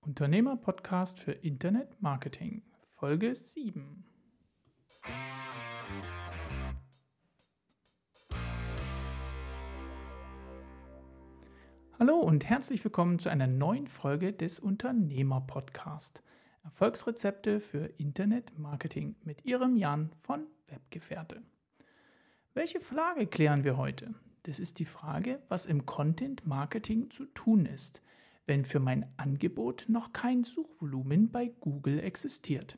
Unternehmer-Podcast für Internet-Marketing, Folge 7. Hallo und herzlich willkommen zu einer neuen Folge des Unternehmer-Podcast. Erfolgsrezepte für Internet-Marketing mit Ihrem Jan von Webgefährte. Welche Frage klären wir heute? Das ist die Frage, was im Content-Marketing zu tun ist, wenn für mein Angebot noch kein Suchvolumen bei Google existiert.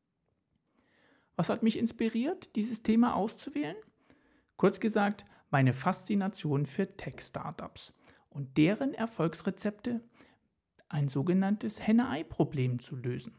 Was hat mich inspiriert, dieses Thema auszuwählen? Kurz gesagt, meine Faszination für Tech-Startups und deren Erfolgsrezepte, ein sogenanntes Henne-Ei-Problem zu lösen.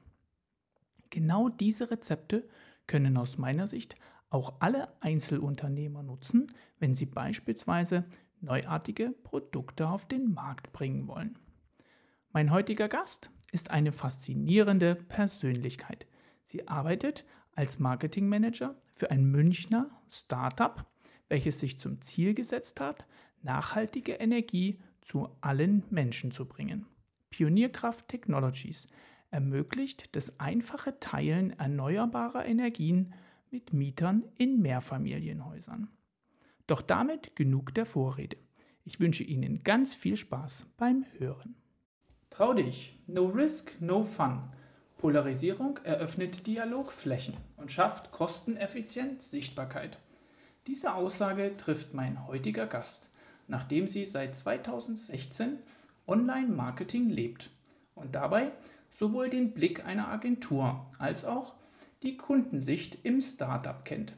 Genau diese Rezepte können aus meiner Sicht auch alle Einzelunternehmer nutzen, wenn sie beispielsweise neuartige Produkte auf den Markt bringen wollen. Mein heutiger Gast ist eine faszinierende Persönlichkeit. Sie arbeitet als Marketingmanager für ein Münchner Startup, welches sich zum Ziel gesetzt hat, nachhaltige Energie zu allen Menschen zu bringen. Pionierkraft Technologies ermöglicht das einfache Teilen erneuerbarer Energien mit Mietern in Mehrfamilienhäusern. Doch damit genug der Vorrede. Ich wünsche Ihnen ganz viel Spaß beim Hören. Trau dich, no risk, no fun. Polarisierung eröffnet Dialogflächen und schafft kosteneffizient Sichtbarkeit. Diese Aussage trifft mein heutiger Gast, nachdem sie seit 2016 Online-Marketing lebt und dabei sowohl den Blick einer Agentur als auch die Kundensicht im Startup kennt.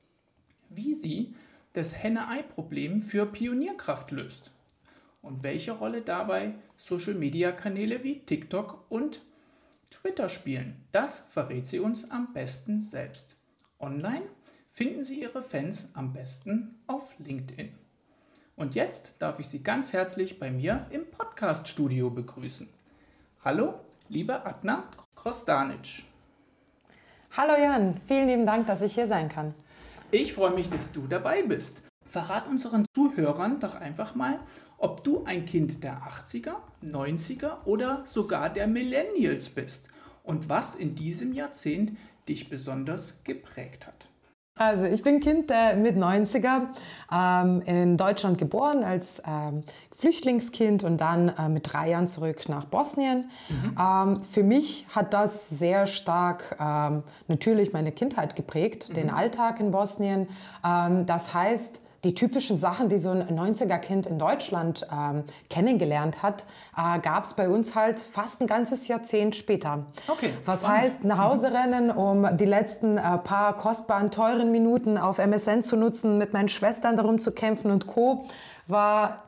Wie sie das Henne-Ei-Problem für Pionierkraft löst und welche Rolle dabei Social-Media-Kanäle wie TikTok und Twitter spielen, das verrät sie uns am besten selbst. Online finden Sie Ihre Fans am besten auf LinkedIn. Und jetzt darf ich Sie ganz herzlich bei mir im Podcast-Studio begrüßen. Hallo, liebe Adna Krostanic. Hallo Jan, vielen lieben Dank, dass ich hier sein kann. Ich freue mich, dass du dabei bist. Verrat unseren Zuhörern doch einfach mal, ob du ein Kind der 80er, 90er oder sogar der Millennials bist und was in diesem Jahrzehnt dich besonders geprägt hat. Also ich bin Kind der Mit-90er, in Deutschland geboren als Flüchtlingskind und dann mit 3 Jahren zurück nach Bosnien. Für mich hat das sehr stark natürlich meine Kindheit geprägt, den Alltag in Bosnien. Das heißt, die typischen Sachen, die so ein 90er-Kind in Deutschland kennengelernt hat, gab es bei uns halt fast ein ganzes Jahrzehnt später. Okay, was spannend. heißt, nach Hause rennen, um die letzten paar kostbaren, teuren Minuten auf MSN zu nutzen, mit meinen Schwestern darum zu kämpfen und Co., war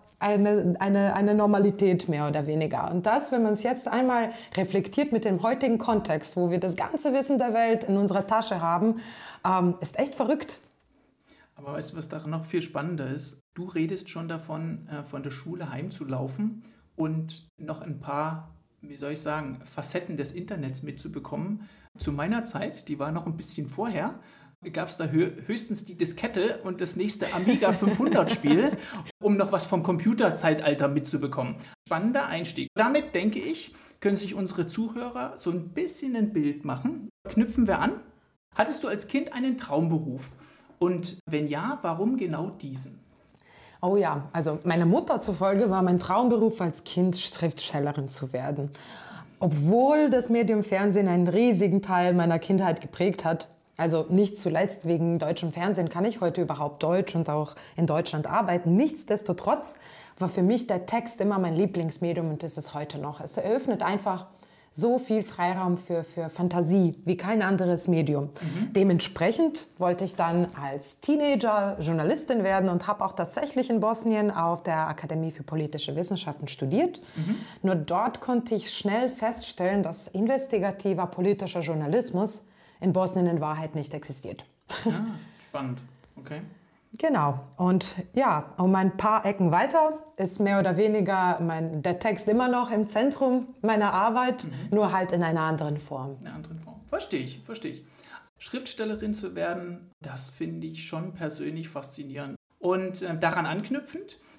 eine Normalität mehr oder weniger. Und das, wenn man es jetzt einmal reflektiert mit dem heutigen Kontext, wo wir das ganze Wissen der Welt in unserer Tasche haben, ist echt verrückt. Aber weißt du, was daran noch viel spannender ist? Du redest schon davon, von der Schule heimzulaufen und noch ein paar, Facetten des Internets mitzubekommen. Zu meiner Zeit, die war noch ein bisschen vorher, gab es da höchstens die Diskette und das nächste Amiga 500 Spiel, um noch was vom Computerzeitalter mitzubekommen. Spannender Einstieg. Damit, denke ich, können sich unsere Zuhörer so ein bisschen ein Bild machen. Knüpfen wir an. Hattest du als Kind einen Traumberuf? Und wenn ja, warum genau diesen? Oh ja, also meiner Mutter zufolge war mein Traumberuf als Kind Schriftstellerin zu werden. Obwohl das Medium Fernsehen einen riesigen Teil meiner Kindheit geprägt hat. Also nicht zuletzt wegen deutschem Fernsehen kann ich heute überhaupt Deutsch und auch in Deutschland arbeiten. Nichtsdestotrotz war für mich der Text immer mein Lieblingsmedium und das ist heute noch. Es eröffnet einfach so viel Freiraum für Fantasie wie kein anderes Medium. Dementsprechend wollte ich dann als Teenager Journalistin werden und habe auch tatsächlich in Bosnien auf der Akademie für politische Wissenschaften studiert. Nur dort konnte ich schnell feststellen, dass investigativer politischer Journalismus in Bosnien in Wahrheit nicht existiert. Spannend, okay. Genau. Und ja, um ein paar Ecken weiter ist mehr oder weniger der Text immer noch im Zentrum meiner Arbeit, nur halt in einer anderen Form. In einer anderen Form. Verstehe ich. Schriftstellerin zu werden, das finde ich schon persönlich faszinierend. Und daran anknüpfend,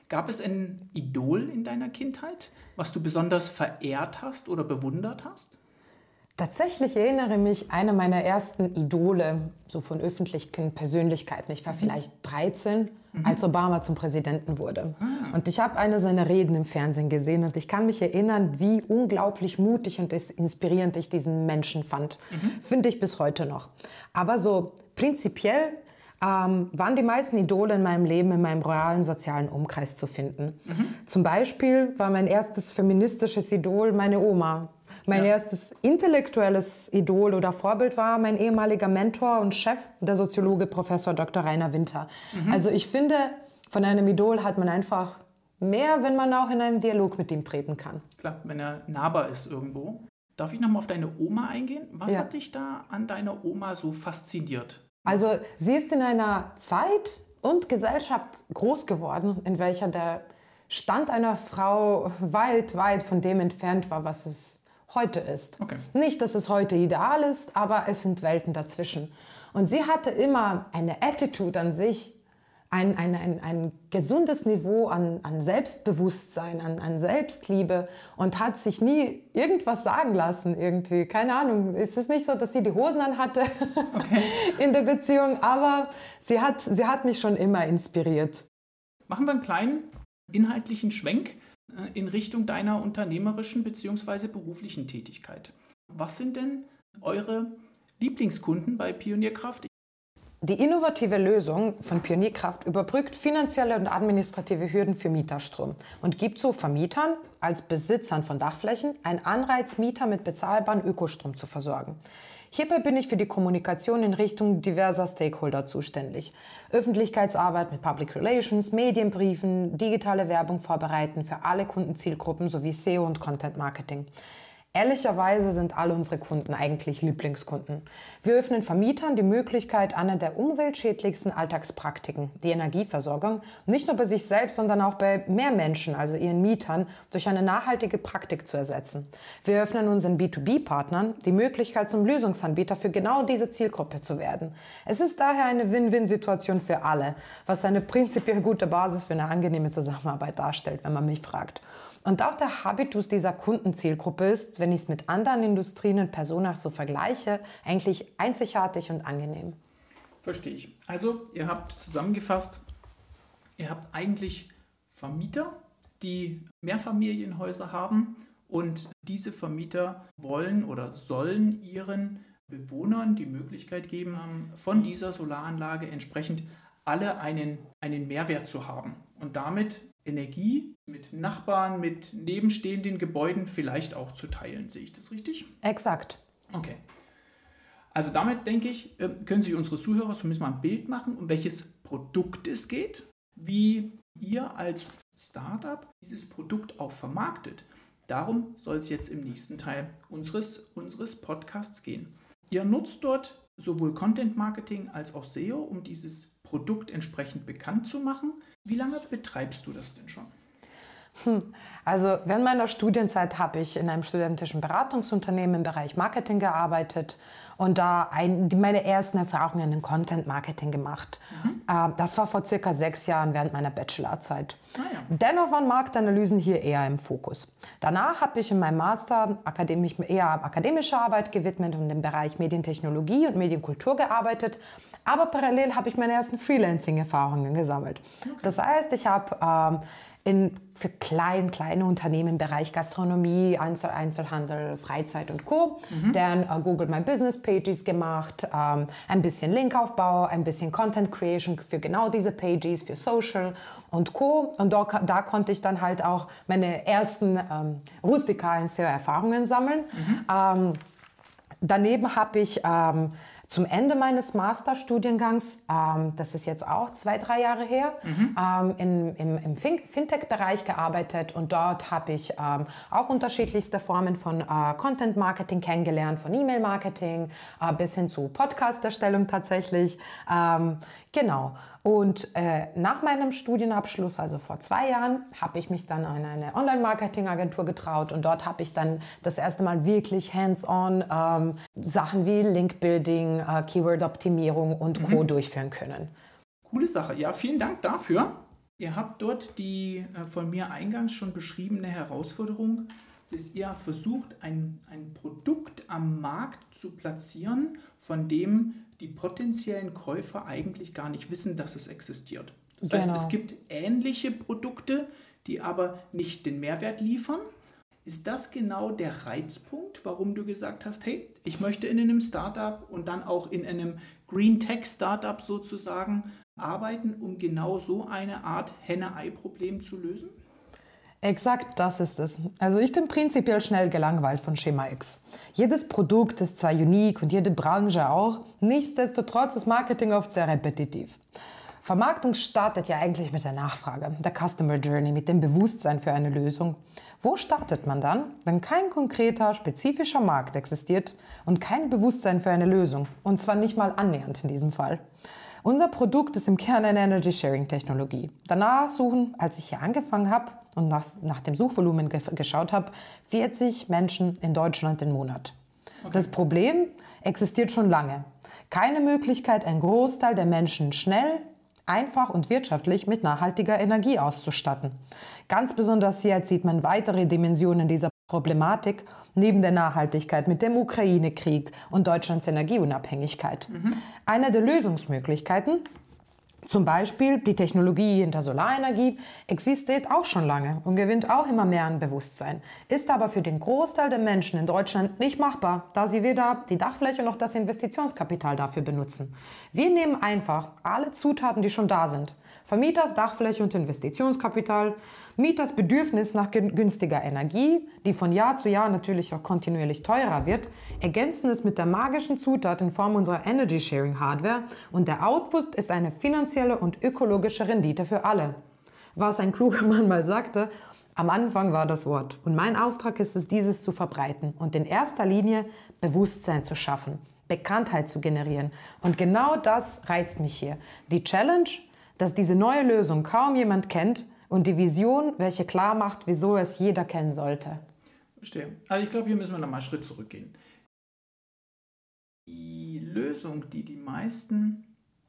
Gab es ein Idol in deiner Kindheit, was du besonders verehrt hast oder bewundert hast? Tatsächlich erinnere mich einer meiner ersten Idole, so von öffentlichen Persönlichkeiten. Ich war vielleicht 13, als Obama zum Präsidenten wurde. Und ich habe eine seiner Reden im Fernsehen gesehen und ich kann mich erinnern, wie unglaublich mutig und inspirierend ich diesen Menschen fand. Finde ich bis heute noch. Aber so prinzipiell waren die meisten Idole in meinem Leben in meinem realen sozialen Umkreis zu finden. Zum Beispiel war mein erstes feministisches Idol meine Oma. Mein erstes intellektuelles Idol oder Vorbild war mein ehemaliger Mentor und Chef, der Soziologe Professor Dr. Rainer Winter. Also ich finde, von einem Idol hat man einfach mehr, wenn man auch in einen Dialog mit ihm treten kann. Klar, wenn er nahbar ist irgendwo. Darf ich nochmal auf deine Oma eingehen? Was hat dich da an deiner Oma so fasziniert? Also sie ist in einer Zeit und Gesellschaft groß geworden, in welcher der Stand einer Frau weit, weit von dem entfernt war, was es heute ist. Okay. Nicht, dass es heute ideal ist, aber es sind Welten dazwischen. Und sie hatte immer eine Attitude an sich, ein gesundes Niveau an Selbstbewusstsein, an Selbstliebe und hat sich nie irgendwas sagen lassen irgendwie. Keine Ahnung, es ist nicht so, dass sie die Hosen anhatte in der Beziehung, aber sie hat mich schon immer inspiriert. Machen wir einen kleinen inhaltlichen Schwenk in Richtung deiner unternehmerischen bzw. beruflichen Tätigkeit. Was sind denn eure Lieblingskunden bei Pionierkraft? Die innovative Lösung von Pionierkraft überbrückt finanzielle und administrative Hürden für Mieterstrom und gibt so Vermietern als Besitzern von Dachflächen einen Anreiz, Mieter mit bezahlbarem Ökostrom zu versorgen. Hierbei bin ich für die Kommunikation in Richtung diverser Stakeholder zuständig. Öffentlichkeitsarbeit mit Public Relations, Medienbriefen, digitale Werbung vorbereiten für alle Kundenzielgruppen sowie SEO und Content Marketing. Ehrlicherweise sind alle unsere Kunden eigentlich Lieblingskunden. Wir öffnen Vermietern die Möglichkeit, eine der umweltschädlichsten Alltagspraktiken, die Energieversorgung, nicht nur bei sich selbst, sondern auch bei mehr Menschen, also ihren Mietern, durch eine nachhaltige Praktik zu ersetzen. Wir öffnen unseren B2B-Partnern die Möglichkeit, zum Lösungsanbieter für genau diese Zielgruppe zu werden. Es ist daher eine Win-Win-Situation für alle, was eine prinzipiell gute Basis für eine angenehme Zusammenarbeit darstellt, wenn man mich fragt. Und auch der Habitus dieser Kundenzielgruppe ist, wenn ich es mit anderen Industrien und Personas so vergleiche, eigentlich einzigartig und angenehm. Verstehe ich. Also, ihr habt zusammengefasst, ihr habt eigentlich Vermieter, die Mehrfamilienhäuser haben und diese Vermieter wollen oder sollen ihren Bewohnern die Möglichkeit geben, von dieser Solaranlage entsprechend alle einen Mehrwert zu haben und damit Energie mit Nachbarn, mit nebenstehenden Gebäuden vielleicht auch zu teilen. Sehe ich das richtig? Exakt. Okay. Also damit, denke ich, können sich unsere Zuhörer zumindest mal ein Bild machen, um welches Produkt es geht, wie ihr als Startup dieses Produkt auch vermarktet. Darum soll es jetzt im nächsten Teil unseres Podcasts gehen. Ihr nutzt dort sowohl Content Marketing als auch SEO, um dieses Produkt entsprechend bekannt zu machen. Wie lange betreibst du das denn schon? Also während meiner Studienzeit habe ich in einem studentischen Beratungsunternehmen im Bereich Marketing gearbeitet und da meine ersten Erfahrungen in Content Marketing gemacht. Das war vor circa 6 Jahren während meiner Bachelorzeit. Dennoch waren Marktanalysen hier eher im Fokus. Danach habe ich in meinem Master eher akademischer Arbeit gewidmet und im Bereich Medientechnologie und Medienkultur gearbeitet. Aber parallel habe ich meine ersten Freelancing-Erfahrungen gesammelt. Okay. Das heißt, ich habe für kleine Unternehmen im Bereich Gastronomie, Einzelhandel, Freizeit und Co. Dann Google My Business Pages gemacht, ein bisschen Linkaufbau, ein bisschen Content Creation für genau diese Pages, für Social und Co. Und da konnte ich dann halt auch meine ersten rustikalen SEO-Erfahrungen sammeln. Daneben habe ich zum Ende meines Masterstudiengangs, das ist jetzt auch 2-3 Jahre her, im Fintech-Bereich gearbeitet und dort habe ich auch unterschiedlichste Formen von Content-Marketing kennengelernt, von E-Mail-Marketing bis hin zu Podcast-Erstellung tatsächlich. Genau. Und nach meinem Studienabschluss, also vor 2 Jahren, habe ich mich dann an eine Online-Marketing-Agentur getraut und dort habe ich dann das erste Mal wirklich hands-on Sachen wie Link-Building, Keyword-Optimierung und Co. durchführen können. Coole Sache. Ja, vielen Dank dafür. Ihr habt dort die von mir eingangs schon beschriebene Herausforderung, dass ihr versucht, ein Produkt am Markt zu platzieren, von dem die potenziellen Käufer eigentlich gar nicht wissen, dass es existiert. Das heißt, es gibt ähnliche Produkte, die aber nicht den Mehrwert liefern. Ist das genau der Reizpunkt, warum du gesagt hast, hey, ich möchte in einem Startup und dann auch in einem Green Tech Startup sozusagen arbeiten, um genau so eine Art Henne-Ei-Problem zu lösen? Exakt, das ist es. Also ich bin prinzipiell schnell gelangweilt von Schema X. Jedes Produkt ist zwar unique und jede Branche auch, nichtsdestotrotz ist Marketing oft sehr repetitiv. Vermarktung startet ja eigentlich mit der Nachfrage, der Customer Journey, mit dem Bewusstsein für eine Lösung. Wo startet man dann, wenn kein konkreter, spezifischer Markt existiert und kein Bewusstsein für eine Lösung? Und zwar nicht mal annähernd in diesem Fall. Unser Produkt ist im Kern eine Energy-Sharing-Technologie. Danach suchen, als ich hier angefangen habe und nach dem Suchvolumen geschaut habe, 40 Menschen in Deutschland im Monat. Okay. Das Problem existiert schon lange. Keine Möglichkeit, einen Großteil der Menschen schnell, einfach und wirtschaftlich mit nachhaltiger Energie auszustatten. Ganz besonders jetzt sieht man weitere Dimensionen dieser Problematik neben der Nachhaltigkeit mit dem Ukraine-Krieg und Deutschlands Energieunabhängigkeit. Eine der Lösungsmöglichkeiten, zum Beispiel die Technologie hinter Solarenergie, existiert auch schon lange und gewinnt auch immer mehr an Bewusstsein, ist aber für den Großteil der Menschen in Deutschland nicht machbar, da sie weder die Dachfläche noch das Investitionskapital dafür benutzen. Wir nehmen einfach alle Zutaten, die schon da sind, Vermieters Dachfläche und Investitionskapital, Mieters Bedürfnis nach günstiger Energie, die von Jahr zu Jahr natürlich auch kontinuierlich teurer wird, ergänzen es mit der magischen Zutat in Form unserer Energy Sharing Hardware und der Output ist eine finanzielle und ökologische Rendite für alle. Was ein kluger Mann mal sagte, am Anfang war das Wort und mein Auftrag ist es, dieses zu verbreiten und in erster Linie Bewusstsein zu schaffen, Bekanntheit zu generieren und genau das reizt mich hier. Die Challenge, dass diese neue Lösung kaum jemand kennt und die Vision, welche klar macht, wieso es jeder kennen sollte. Verstehe. Also ich glaube, hier müssen wir nochmal einen Schritt zurückgehen. Die Lösung, die die meisten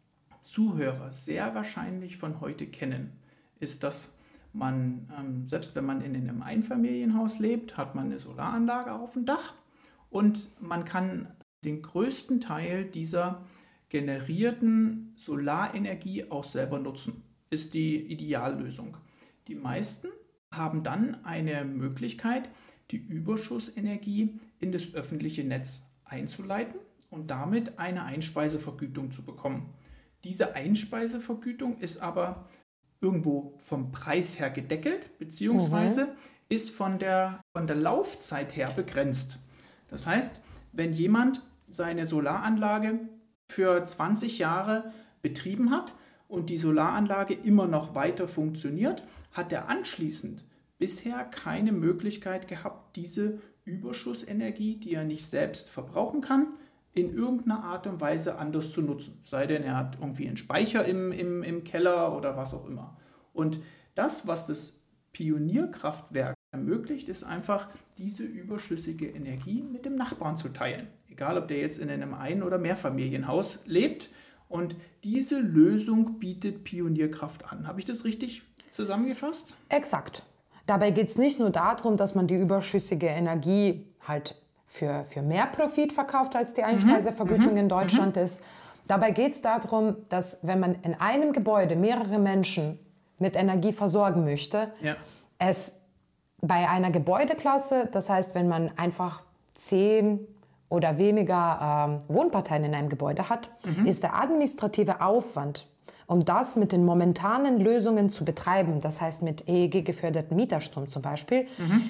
Zuhörer sehr wahrscheinlich von heute kennen, ist, dass man, selbst wenn man in einem Einfamilienhaus lebt, hat man eine Solaranlage auf dem Dach und man kann den größten Teil dieser generierten Solarenergie auch selber nutzen. Ist die Ideallösung. Die meisten haben dann eine Möglichkeit, die Überschussenergie in das öffentliche Netz einzuleiten und damit eine Einspeisevergütung zu bekommen. Diese Einspeisevergütung ist aber irgendwo vom Preis her gedeckelt, beziehungsweise ist von der Laufzeit her begrenzt. Das heißt, wenn jemand seine Solaranlage für 20 Jahre betrieben hat und die Solaranlage immer noch weiter funktioniert, hat er anschließend bisher keine Möglichkeit gehabt, diese Überschussenergie, die er nicht selbst verbrauchen kann, in irgendeiner Art und Weise anders zu nutzen. Sei denn, er hat irgendwie einen Speicher im Keller oder was auch immer. Und das, was das Pionierkraftwerk ermöglicht, ist einfach, diese überschüssige Energie mit dem Nachbarn zu teilen. Egal, ob der jetzt in einem Ein- oder Mehrfamilienhaus lebt. Und diese Lösung bietet Pionierkraft an. Habe ich das richtig zusammengefasst? Exakt. Dabei geht es nicht nur darum, dass man die überschüssige Energie halt für mehr Profit verkauft, als die Einspeisevergütung in Deutschland ist. Dabei geht es darum, dass wenn man in einem Gebäude mehrere Menschen mit Energie versorgen möchte, es bei einer Gebäudeklasse, das heißt, wenn man einfach 10 oder weniger Wohnparteien in einem Gebäude hat, ist der administrative Aufwand, um das mit den momentanen Lösungen zu betreiben, das heißt mit EEG-geförderten Mieterstrom zum Beispiel,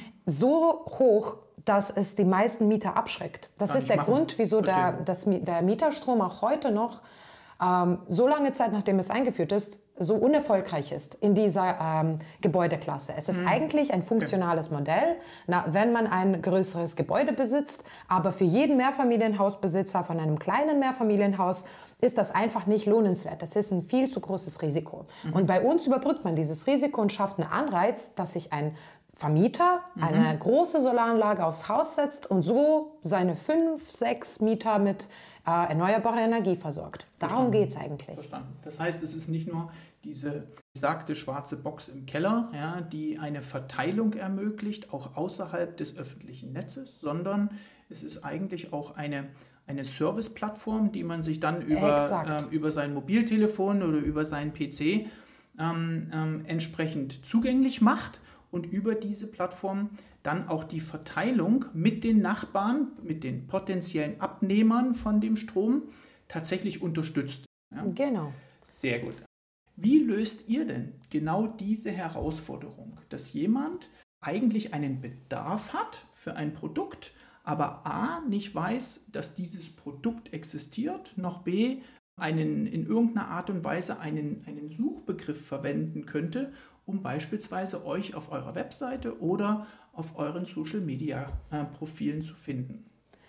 so hoch, dass es die meisten Mieter abschreckt. Das ist der Grund, wieso der Mieterstrom auch heute noch so lange Zeit, nachdem es eingeführt ist, so unerfolgreich ist in dieser Gebäudeklasse. Es ist eigentlich ein funktionales Modell, wenn man ein größeres Gebäude besitzt, aber für jeden Mehrfamilienhausbesitzer von einem kleinen Mehrfamilienhaus ist das einfach nicht lohnenswert. Das ist ein viel zu großes Risiko. Und bei uns überbrückt man dieses Risiko und schafft einen Anreiz, dass sich ein Vermieter eine große Solaranlage aufs Haus setzt und so seine 5, 6 Mieter mit erneuerbarer Energie versorgt. Darum geht es eigentlich. Verstanden. Das heißt, es ist nicht nur diese besagte schwarze Box im Keller, ja, die eine Verteilung ermöglicht, auch außerhalb des öffentlichen Netzes, sondern es ist eigentlich auch eine Service-Plattform, die man sich dann über sein Mobiltelefon oder über seinen PC entsprechend zugänglich macht und über diese Plattform dann auch die Verteilung mit den Nachbarn, mit den potenziellen Abnehmern von dem Strom tatsächlich unterstützt. Ja? Genau. Sehr gut. Wie löst ihr denn genau diese Herausforderung, dass jemand eigentlich einen Bedarf hat für ein Produkt, aber A, nicht weiß, dass dieses Produkt existiert, noch B, in irgendeiner Art und Weise einen Suchbegriff verwenden könnte, um beispielsweise euch auf eurer Webseite oder auf euren Social-Media-Profilen zu finden?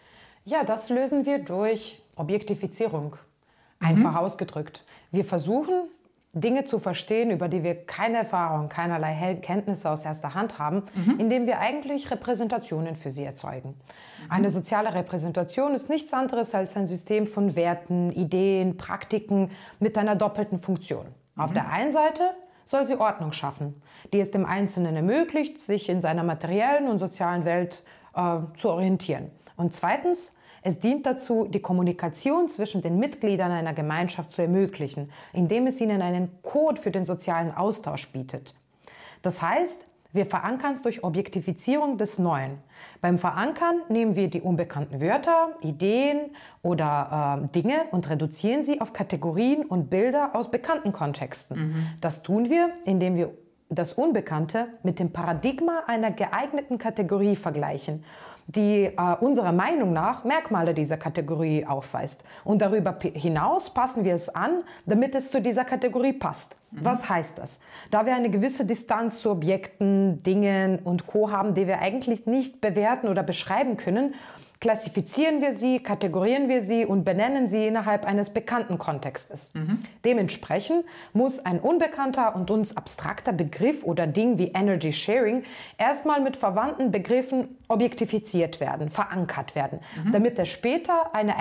Ja, das lösen wir durch Objektifizierung. Einfach ausgedrückt. Wir versuchen, Dinge zu verstehen, über die wir keine Erfahrung, keinerlei Kenntnisse aus erster Hand haben, indem wir eigentlich Repräsentationen für sie erzeugen. Eine soziale Repräsentation ist nichts anderes als ein System von Werten, Ideen, Praktiken mit einer doppelten Funktion. Auf der einen Seite soll sie Ordnung schaffen, die es dem Einzelnen ermöglicht, sich in seiner materiellen und sozialen Welt zu orientieren. Und zweitens, es dient dazu, die Kommunikation zwischen den Mitgliedern einer Gemeinschaft zu ermöglichen, indem es ihnen einen Code für den sozialen Austausch bietet. Das heißt, wir verankern es durch Objektifizierung des Neuen. Beim Verankern nehmen wir die unbekannten Wörter, Ideen oder Dinge und reduzieren sie auf Kategorien und Bilder aus bekannten Kontexten. Das tun wir, indem wir das Unbekannte mit dem Paradigma einer geeigneten Kategorie vergleichen, die unserer Meinung nach Merkmale dieser Kategorie aufweist. Und darüber hinaus passen wir es an, damit es zu dieser Kategorie passt. Was heißt das? Da wir eine gewisse Distanz zu Objekten, Dingen und Co. haben, die wir eigentlich nicht bewerten oder beschreiben können, klassifizieren wir sie, kategorieren wir sie und benennen sie innerhalb eines bekannten Kontextes. Dementsprechend muss ein unbekannter und uns abstrakter Begriff oder Ding wie Energy Sharing erstmal mit verwandten Begriffen objektifiziert werden, verankert werden, damit er später eine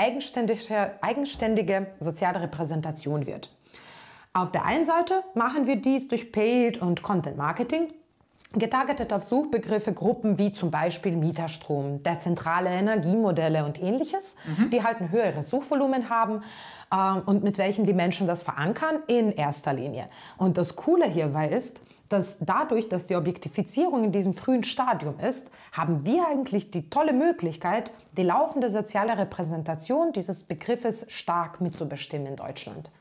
eigenständige soziale Repräsentation wird. Auf der einen Seite machen wir dies durch Paid- und Content-Marketing, getargetet auf Suchbegriffe, Gruppen wie zum Beispiel Mieterstrom, dezentrale Energiemodelle und ähnliches, die halt ein höheres Suchvolumen haben und mit welchem die Menschen das verankern in erster Linie. Und das Coole hierbei ist, dass dadurch, dass die Objektifizierung in diesem frühen Stadium ist, haben wir eigentlich die tolle Möglichkeit, die laufende soziale Repräsentation dieses Begriffes stark mitzubestimmen in Deutschland.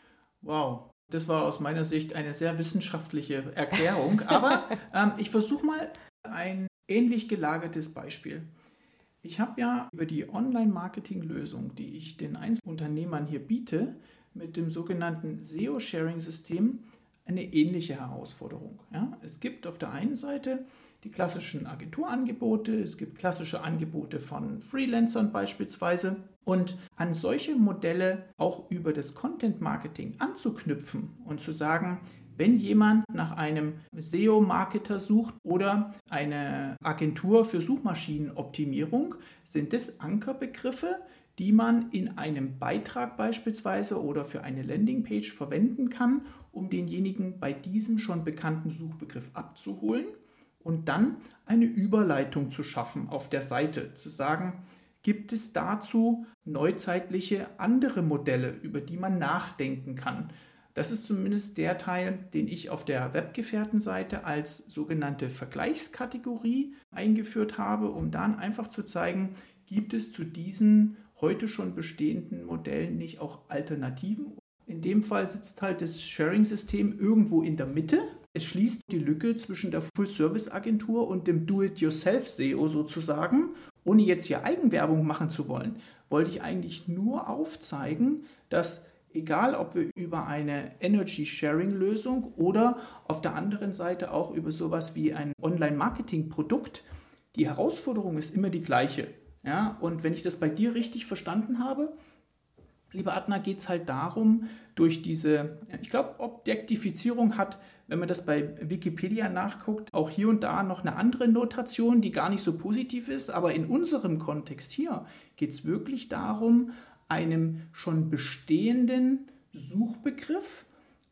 Wow. Das war aus meiner Sicht eine sehr wissenschaftliche Erklärung, aber ich versuche mal ein ähnlich gelagertes Beispiel. Ich habe ja über die Online-Marketing-Lösung, die ich den Einzelunternehmern hier biete, mit dem sogenannten SEO-Sharing-System eine ähnliche Herausforderung. Ja? Es gibt auf der einen Seite die klassischen Agenturangebote, es gibt klassische Angebote von Freelancern beispielsweise. Und an solche Modelle auch über das Content-Marketing anzuknüpfen und zu sagen, wenn jemand nach einem SEO-Marketer sucht oder eine Agentur für Suchmaschinenoptimierung, sind das Ankerbegriffe, die man in einem Beitrag beispielsweise oder für eine Landingpage verwenden kann, um denjenigen bei diesem schon bekannten Suchbegriff abzuholen und dann eine Überleitung zu schaffen auf der Seite, zu sagen, gibt es dazu neuzeitliche andere Modelle, über die man nachdenken kann. Das ist zumindest der Teil, den ich auf der Webgefährtenseite als sogenannte Vergleichskategorie eingeführt habe, um dann einfach zu zeigen, gibt es zu diesen heute schon bestehenden Modellen nicht auch Alternativen. In dem Fall sitzt halt das Sharing-System irgendwo in der Mitte. Es schließt die Lücke zwischen der Full-Service-Agentur und dem Do-it-yourself-SEO sozusagen. Ohne jetzt hier Eigenwerbung machen zu wollen, wollte ich eigentlich nur aufzeigen, dass egal ob wir über eine Energy-Sharing-Lösung oder auf der anderen Seite auch über sowas wie ein Online-Marketing-Produkt, die Herausforderung ist immer die gleiche. Ja? Und wenn ich das bei dir richtig verstanden habe, lieber Adna, geht es halt darum, durch diese, ich glaube, Objektifizierung hat, wenn man das bei Wikipedia nachguckt, auch hier und da noch eine andere Notation, die gar nicht so positiv ist. Aber in unserem Kontext hier geht es wirklich darum, einem schon bestehenden Suchbegriff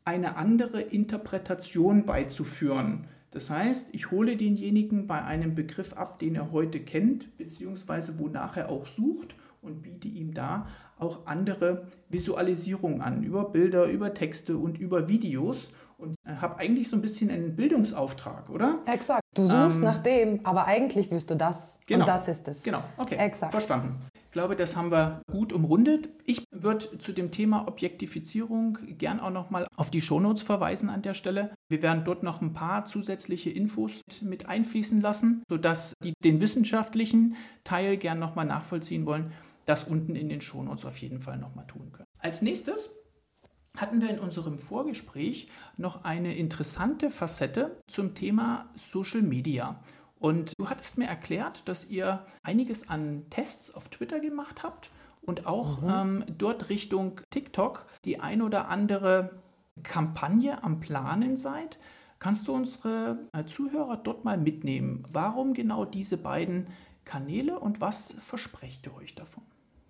eine andere Interpretation beizuführen. Das heißt, ich hole denjenigen bei einem Begriff ab, den er heute kennt, beziehungsweise wonach er auch sucht und biete ihm da auch andere Visualisierungen an, über Bilder, über Texte und über Videos und habe eigentlich so ein bisschen einen Bildungsauftrag, oder? Exakt. Du suchst nach dem, aber eigentlich willst du das und das ist es. Genau, okay, Exakt. Verstanden. Ich glaube, das haben wir gut umrundet. Ich würde zu dem Thema Objektifizierung gern auch nochmal auf die Shownotes verweisen an der Stelle. Wir werden dort noch ein paar zusätzliche Infos mit einfließen lassen, sodass die den wissenschaftlichen Teil gern nochmal nachvollziehen wollen, das unten in den Shownotes auf jeden Fall nochmal tun können. Als nächstes hatten wir in unserem Vorgespräch noch eine interessante Facette zum Thema Social Media. Und du hattest mir erklärt, dass ihr einiges an Tests auf Twitter gemacht habt und auch dort Richtung TikTok die ein oder andere Kampagne am Planen seid. Kannst du unsere Zuhörer dort mal mitnehmen? Warum genau diese beiden Kanäle und was versprecht ihr euch davon?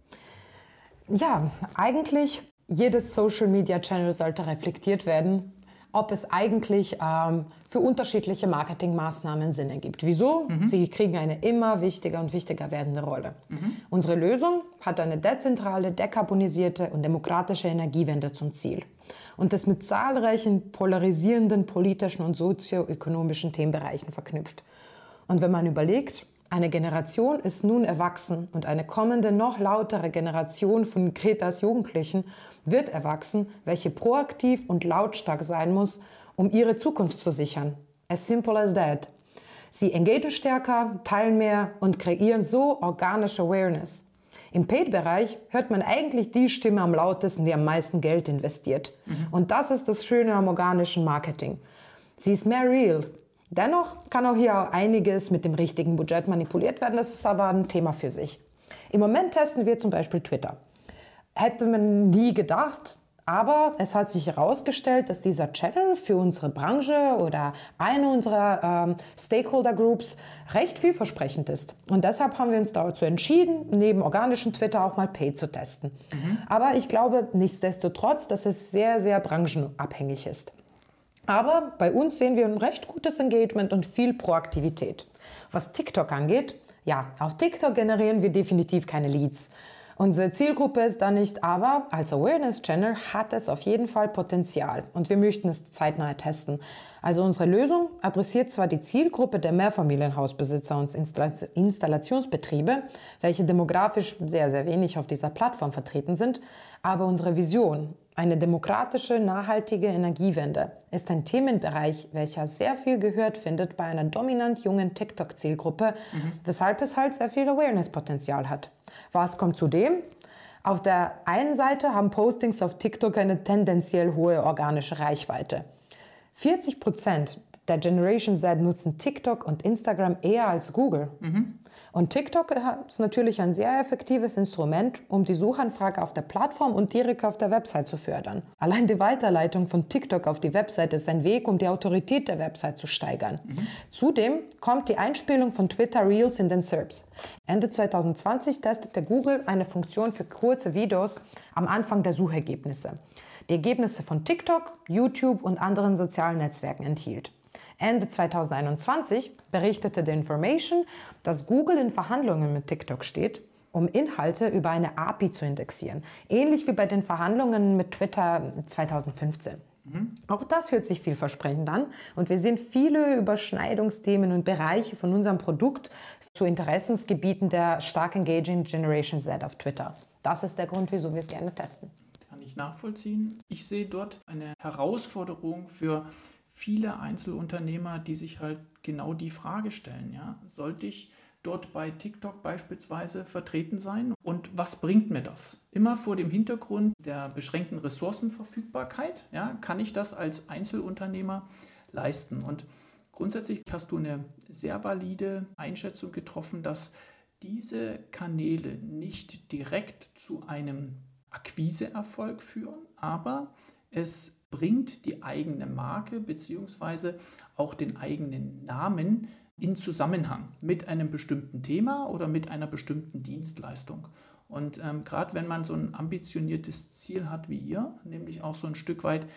Ja, eigentlich jedes Social Media Channel sollte reflektiert werden, ob es eigentlich für unterschiedliche Marketingmaßnahmen Sinn ergibt. Wieso? Sie kriegen eine immer wichtiger und wichtiger werdende Rolle. Unsere Lösung hat eine dezentrale, dekarbonisierte und demokratische Energiewende zum Ziel und das mit zahlreichen polarisierenden politischen und sozioökonomischen Themenbereichen verknüpft. Und wenn man überlegt, eine Generation ist nun erwachsen und eine kommende, noch lautere Generation von Gretas Jugendlichen wird erwachsen, welche proaktiv und lautstark sein muss, um ihre Zukunft zu sichern. As simple as that. Sie engagieren stärker, teilen mehr und kreieren so organische Awareness. Im Paid-Bereich hört man eigentlich die Stimme am lautesten, die am meisten Geld investiert. Und das ist das Schöne am organischen Marketing. Sie ist mehr real. Dennoch kann auch hier einiges mit dem richtigen Budget manipuliert werden, das ist aber ein Thema für sich. Im Moment testen wir zum Beispiel Twitter. Hätte man nie gedacht, aber es hat sich herausgestellt, dass dieser Channel für unsere Branche oder eine unserer Stakeholder Groups recht vielversprechend ist. Und deshalb haben wir uns dazu entschieden, neben organischen Twitter auch mal Paid zu testen. Aber ich glaube nichtsdestotrotz, dass es sehr, sehr branchenabhängig ist. Aber bei uns sehen wir ein recht gutes Engagement und viel Proaktivität. Was TikTok angeht, ja, auf TikTok generieren wir definitiv keine Leads. Unsere Zielgruppe ist da nicht, aber als Awareness-Channel hat es auf jeden Fall Potenzial und wir möchten es zeitnah testen. Also unsere Lösung adressiert zwar die Zielgruppe der Mehrfamilienhausbesitzer und Installationsbetriebe, welche demografisch sehr, sehr wenig auf dieser Plattform vertreten sind, aber unsere Vision, eine demokratische, nachhaltige Energiewende, ist ein Themenbereich, welcher sehr viel gehört findet bei einer dominant jungen TikTok-Zielgruppe, weshalb es halt sehr viel Awareness-Potenzial hat. Was kommt zudem? Auf der einen Seite haben Postings auf TikTok eine tendenziell hohe organische Reichweite. 40% der Generation Z nutzen TikTok und Instagram eher als Google. Und TikTok ist natürlich ein sehr effektives Instrument, um die Suchanfrage auf der Plattform und direkt auf der Website zu fördern. Allein die Weiterleitung von TikTok auf die Website ist ein Weg, um die Autorität der Website zu steigern. Zudem kommt die Einspielung von Twitter Reels in den SERPs. Ende 2020 testete Google eine Funktion für kurze Videos am Anfang der Suchergebnisse, die Ergebnisse von TikTok, YouTube und anderen sozialen Netzwerken enthielt. Ende 2021 berichtete The Information, dass Google in Verhandlungen mit TikTok steht, um Inhalte über eine API zu indexieren. Ähnlich wie bei den Verhandlungen mit Twitter 2015. Auch das hört sich vielversprechend an und wir sehen viele Überschneidungsthemen und Bereiche von unserem Produkt zu Interessensgebieten der stark engaging Generation Z auf Twitter. Das ist der Grund, wieso wir es gerne testen. Kann ich nachvollziehen. Ich sehe dort eine Herausforderung für viele Einzelunternehmer, die sich halt genau die Frage stellen, ja, sollte ich dort bei TikTok beispielsweise vertreten sein und was bringt mir das? Immer vor dem Hintergrund der beschränkten Ressourcenverfügbarkeit, ja, kann ich das als Einzelunternehmer leisten? Und grundsätzlich hast du eine sehr valide Einschätzung getroffen, dass diese Kanäle nicht direkt zu einem Akquiseerfolg führen, aber es bringt die eigene Marke bzw. auch den eigenen Namen in Zusammenhang mit einem bestimmten Thema oder mit einer bestimmten Dienstleistung. Und gerade wenn man so ein ambitioniertes Ziel hat wie ihr, nämlich auch so ein Stück weit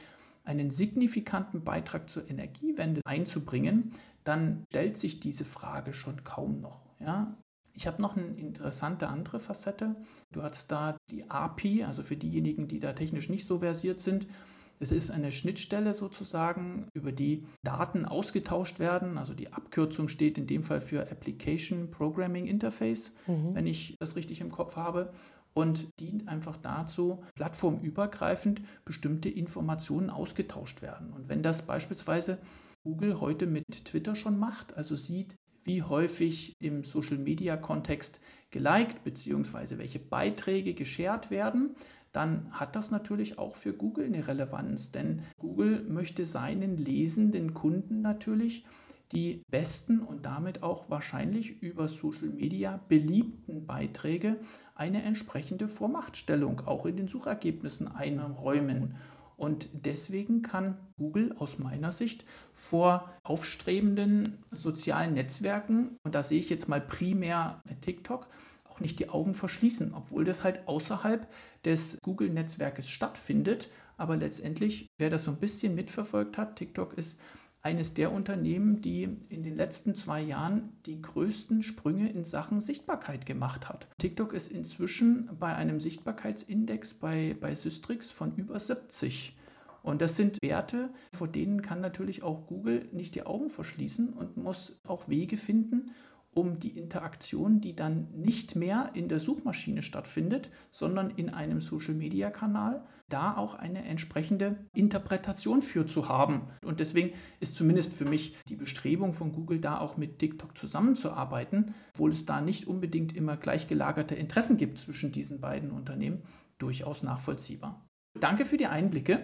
einen signifikanten Beitrag zur Energiewende einzubringen, dann stellt sich diese Frage schon kaum noch. Ja? Ich habe noch eine interessante andere Facette. Du hast da die API, also für diejenigen, die da technisch nicht so versiert sind. Das ist eine Schnittstelle sozusagen, über die Daten ausgetauscht werden. Also die Abkürzung steht in dem Fall für Application Programming Interface, wenn ich das richtig im Kopf habe. Und dient einfach dazu, plattformübergreifend bestimmte Informationen ausgetauscht werden. Und wenn das beispielsweise Google heute mit Twitter schon macht, also sieht, wie häufig im Social-Media-Kontext geliked bzw. welche Beiträge geshared werden, dann hat das natürlich auch für Google eine Relevanz, denn Google möchte seinen lesenden Kunden natürlich die besten und damit auch wahrscheinlich über Social Media beliebten Beiträge eine entsprechende Vormachtstellung auch in den Suchergebnissen einräumen. Und deswegen kann Google aus meiner Sicht vor aufstrebenden sozialen Netzwerken, und da sehe ich jetzt mal primär TikTok, auch nicht die Augen verschließen, obwohl das halt außerhalb des Google-Netzwerkes stattfindet. Aber letztendlich, wer das so ein bisschen mitverfolgt hat, TikTok ist eines der Unternehmen, die in den letzten 2 Jahren die größten Sprünge in Sachen Sichtbarkeit gemacht hat. TikTok ist inzwischen bei einem Sichtbarkeitsindex bei Systrix von über 70. Und das sind Werte, vor denen kann natürlich auch Google nicht die Augen verschließen und muss auch Wege finden, um die Interaktion, die dann nicht mehr in der Suchmaschine stattfindet, sondern in einem Social-Media-Kanal, da auch eine entsprechende Interpretation für zu haben. Und deswegen ist zumindest für mich die Bestrebung von Google, da auch mit TikTok zusammenzuarbeiten, obwohl es da nicht unbedingt immer gleichgelagerte Interessen gibt zwischen diesen beiden Unternehmen, durchaus nachvollziehbar. Danke für die Einblicke.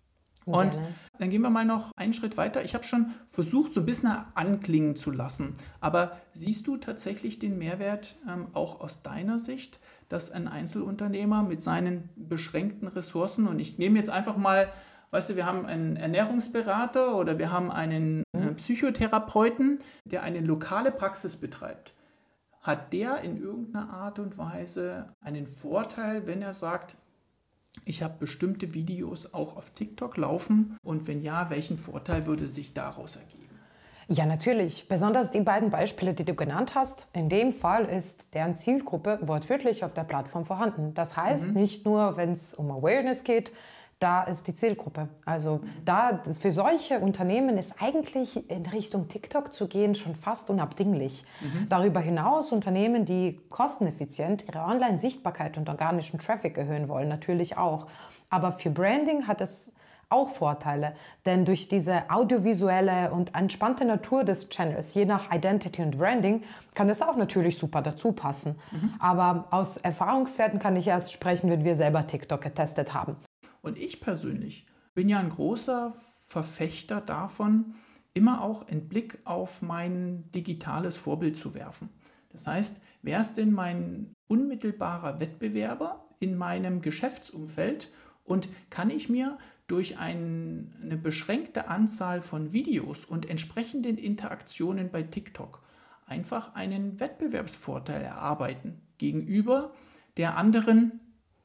Und dann gehen wir mal noch einen Schritt weiter. Ich habe schon versucht, so ein bisschen anklingen zu lassen. Aber siehst du tatsächlich den Mehrwert auch aus deiner Sicht, dass ein Einzelunternehmer mit seinen beschränkten Ressourcen, und ich nehme jetzt einfach mal, weißt du, wir haben einen Ernährungsberater oder wir haben einen Psychotherapeuten, der eine lokale Praxis betreibt. Hat der in irgendeiner Art und Weise einen Vorteil, wenn er sagt, ich habe bestimmte Videos auch auf TikTok laufen und wenn ja, welchen Vorteil würde sich daraus ergeben? Ja, natürlich. Besonders die beiden Beispiele, die du genannt hast. In dem Fall ist deren Zielgruppe wortwörtlich auf der Plattform vorhanden. Das heißt, nicht nur, wenn es um Awareness geht, da ist die Zielgruppe. Also für solche Unternehmen ist eigentlich in Richtung TikTok zu gehen schon fast unabdinglich. Darüber hinaus Unternehmen, die kosteneffizient ihre Online-Sichtbarkeit und organischen Traffic erhöhen wollen, natürlich auch. Aber für Branding hat es auch Vorteile, denn durch diese audiovisuelle und entspannte Natur des Channels, je nach Identity und Branding, kann es auch natürlich super dazu passen. Aber aus Erfahrungswerten kann ich erst sprechen, wenn wir selber TikTok getestet haben. Und ich persönlich bin ja ein großer Verfechter davon, immer auch einen Blick auf mein digitales Vorbild zu werfen. Das heißt, wer ist denn mein unmittelbarer Wettbewerber in meinem Geschäftsumfeld und kann ich mir durch eine beschränkte Anzahl von Videos und entsprechenden Interaktionen bei TikTok einfach einen Wettbewerbsvorteil erarbeiten gegenüber der anderen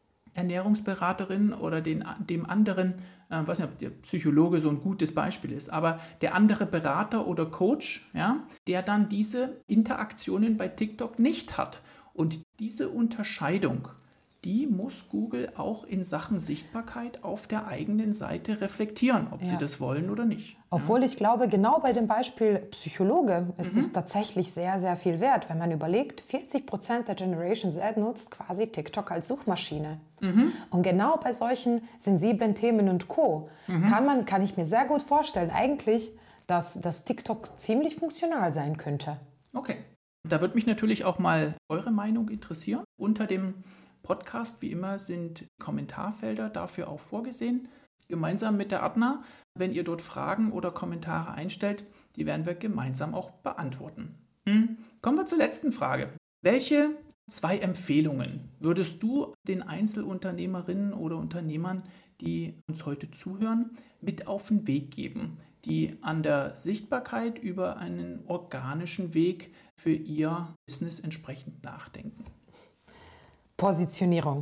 Ernährungsberaterin oder dem anderen, ich weiß nicht, ob der Psychologe so ein gutes Beispiel ist, aber der andere Berater oder Coach, ja, der dann diese Interaktionen bei TikTok nicht hat. Und diese Unterscheidung, die muss Google auch in Sachen Sichtbarkeit auf der eigenen Seite reflektieren, ob sie das wollen oder nicht. Obwohl ich glaube, genau bei dem Beispiel Psychologe ist es tatsächlich sehr, sehr viel wert, wenn man überlegt, 40% der Generation Z nutzt quasi TikTok als Suchmaschine. Und genau bei solchen sensiblen Themen und Co. kann ich mir sehr gut vorstellen, eigentlich, dass TikTok ziemlich funktional sein könnte. Okay. Da würde mich natürlich auch mal eure Meinung interessieren. Unter dem Podcast, wie immer, sind Kommentarfelder dafür auch vorgesehen. Gemeinsam mit der Adna, wenn ihr dort Fragen oder Kommentare einstellt, die werden wir gemeinsam auch beantworten. Kommen wir zur letzten Frage. Welche 2 Empfehlungen würdest du den Einzelunternehmerinnen oder Unternehmern, die uns heute zuhören, mit auf den Weg geben, die an der Sichtbarkeit über einen organischen Weg für ihr Business entsprechend nachdenken? Positionierung.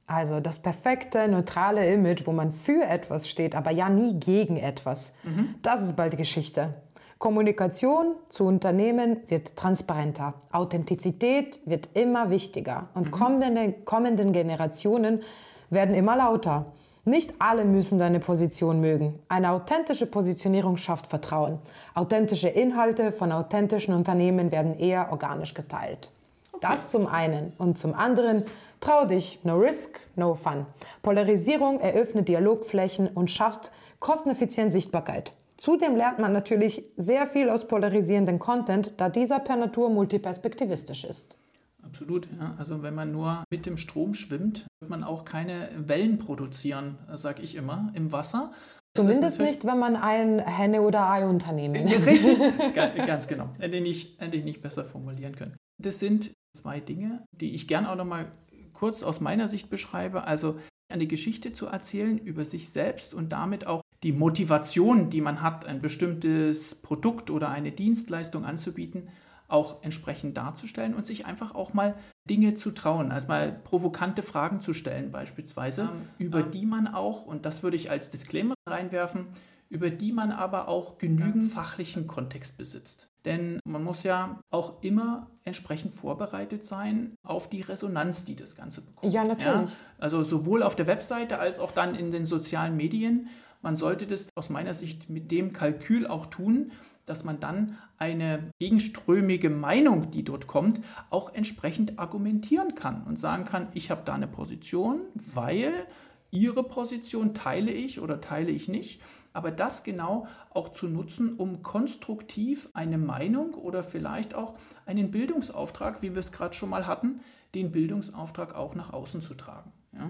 Also das perfekte, neutrale Image, wo man für etwas steht, aber ja nie gegen etwas. Das ist bald Geschichte. Kommunikation zu Unternehmen wird transparenter. Authentizität wird immer wichtiger. Und kommenden Generationen werden immer lauter. Nicht alle müssen deine Position mögen. Eine authentische Positionierung schafft Vertrauen. Authentische Inhalte von authentischen Unternehmen werden eher organisch geteilt. Das zum einen. Und zum anderen, trau dich, no risk, no fun. Polarisierung eröffnet Dialogflächen und schafft kosteneffizient Sichtbarkeit. Zudem lernt man natürlich sehr viel aus polarisierendem Content, da dieser per Natur multiperspektivistisch ist. Absolut, ja. Also wenn man nur mit dem Strom schwimmt, wird man auch keine Wellen produzieren, sage ich immer, im Wasser. Zumindest nicht, wenn man ein Henne- oder Ei-Unternehmen ist. Richtig, ganz genau. Hätte ich nicht besser formulieren können. Das sind 2 Dinge, die ich gern auch noch mal kurz aus meiner Sicht beschreibe. Also eine Geschichte zu erzählen über sich selbst und damit auch die Motivation, die man hat, ein bestimmtes Produkt oder eine Dienstleistung anzubieten, auch entsprechend darzustellen und sich einfach auch mal Dinge zu trauen, also mal provokante Fragen zu stellen beispielsweise, über die man auch, und das würde ich als Disclaimer reinwerfen, über die man aber auch genügend fachlichen Kontext besitzt. Denn man muss ja auch immer entsprechend vorbereitet sein auf die Resonanz, die das Ganze bekommt. Ja, natürlich. Ja? Also sowohl auf der Webseite als auch dann in den sozialen Medien. Man sollte das aus meiner Sicht mit dem Kalkül auch tun, dass man dann eine gegenströmige Meinung, die dort kommt, auch entsprechend argumentieren kann und sagen kann, ich habe da eine Position, weil Ihre Position teile ich oder teile ich nicht. Aber das genau auch zu nutzen, um konstruktiv eine Meinung oder vielleicht auch einen Bildungsauftrag, wie wir es gerade schon mal hatten, den Bildungsauftrag auch nach außen zu tragen. Ja?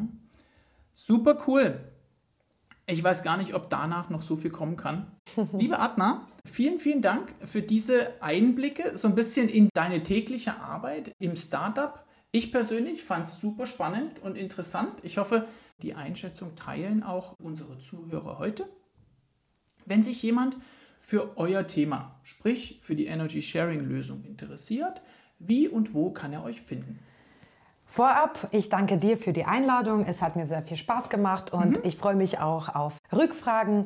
Super cool. Ich weiß gar nicht, ob danach noch so viel kommen kann. Liebe Adna, vielen, vielen Dank für diese Einblicke, so ein bisschen in deine tägliche Arbeit im Startup. Ich persönlich fand es super spannend und interessant. Ich hoffe, die Einschätzung teilen auch unsere Zuhörer heute. Wenn sich jemand für euer Thema, sprich für die Energy Sharing Lösung interessiert, wie und wo kann er euch finden? Vorab, ich danke dir für die Einladung. Es hat mir sehr viel Spaß gemacht und ich freue mich auch auf Rückfragen.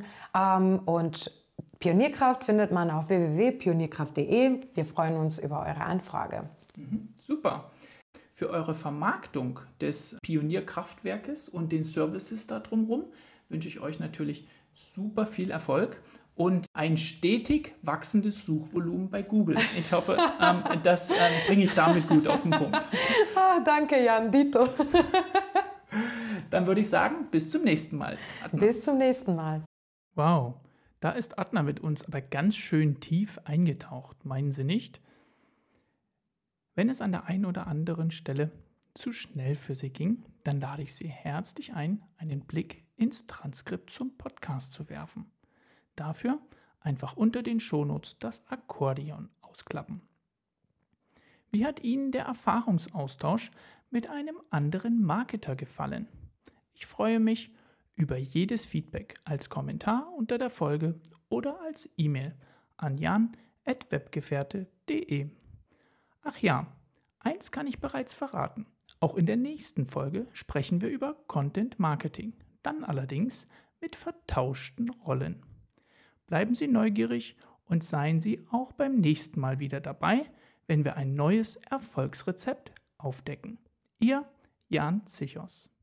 Und Pionierkraft findet man auf www.pionierkraft.de. Wir freuen uns über eure Anfrage. Super. Für eure Vermarktung des Pionierkraftwerkes und den Services da drumherum wünsche ich euch natürlich super viel Erfolg und ein stetig wachsendes Suchvolumen bei Google. Ich hoffe, das bringe ich damit gut auf den Punkt. Danke, Jan, Dito. Dann würde ich sagen, bis zum nächsten Mal. Adna. Bis zum nächsten Mal. Wow, da ist Adna mit uns aber ganz schön tief eingetaucht, meinen Sie nicht? Wenn es an der einen oder anderen Stelle zu schnell für Sie ging, dann lade ich Sie herzlich ein, einen Blick ins Transkript zum Podcast zu werfen. Dafür einfach unter den Shownotes das Akkordeon ausklappen. Wie hat Ihnen der Erfahrungsaustausch mit einem anderen Marketer gefallen? Ich freue mich über jedes Feedback als Kommentar unter der Folge oder als E-Mail an jan@webgefährte.de. Ach ja, eins kann ich bereits verraten. Auch in der nächsten Folge sprechen wir über Content Marketing, dann allerdings mit vertauschten Rollen. Bleiben Sie neugierig und seien Sie auch beim nächsten Mal wieder dabei, wenn wir ein neues Erfolgsrezept aufdecken. Ihr Jan Zichos.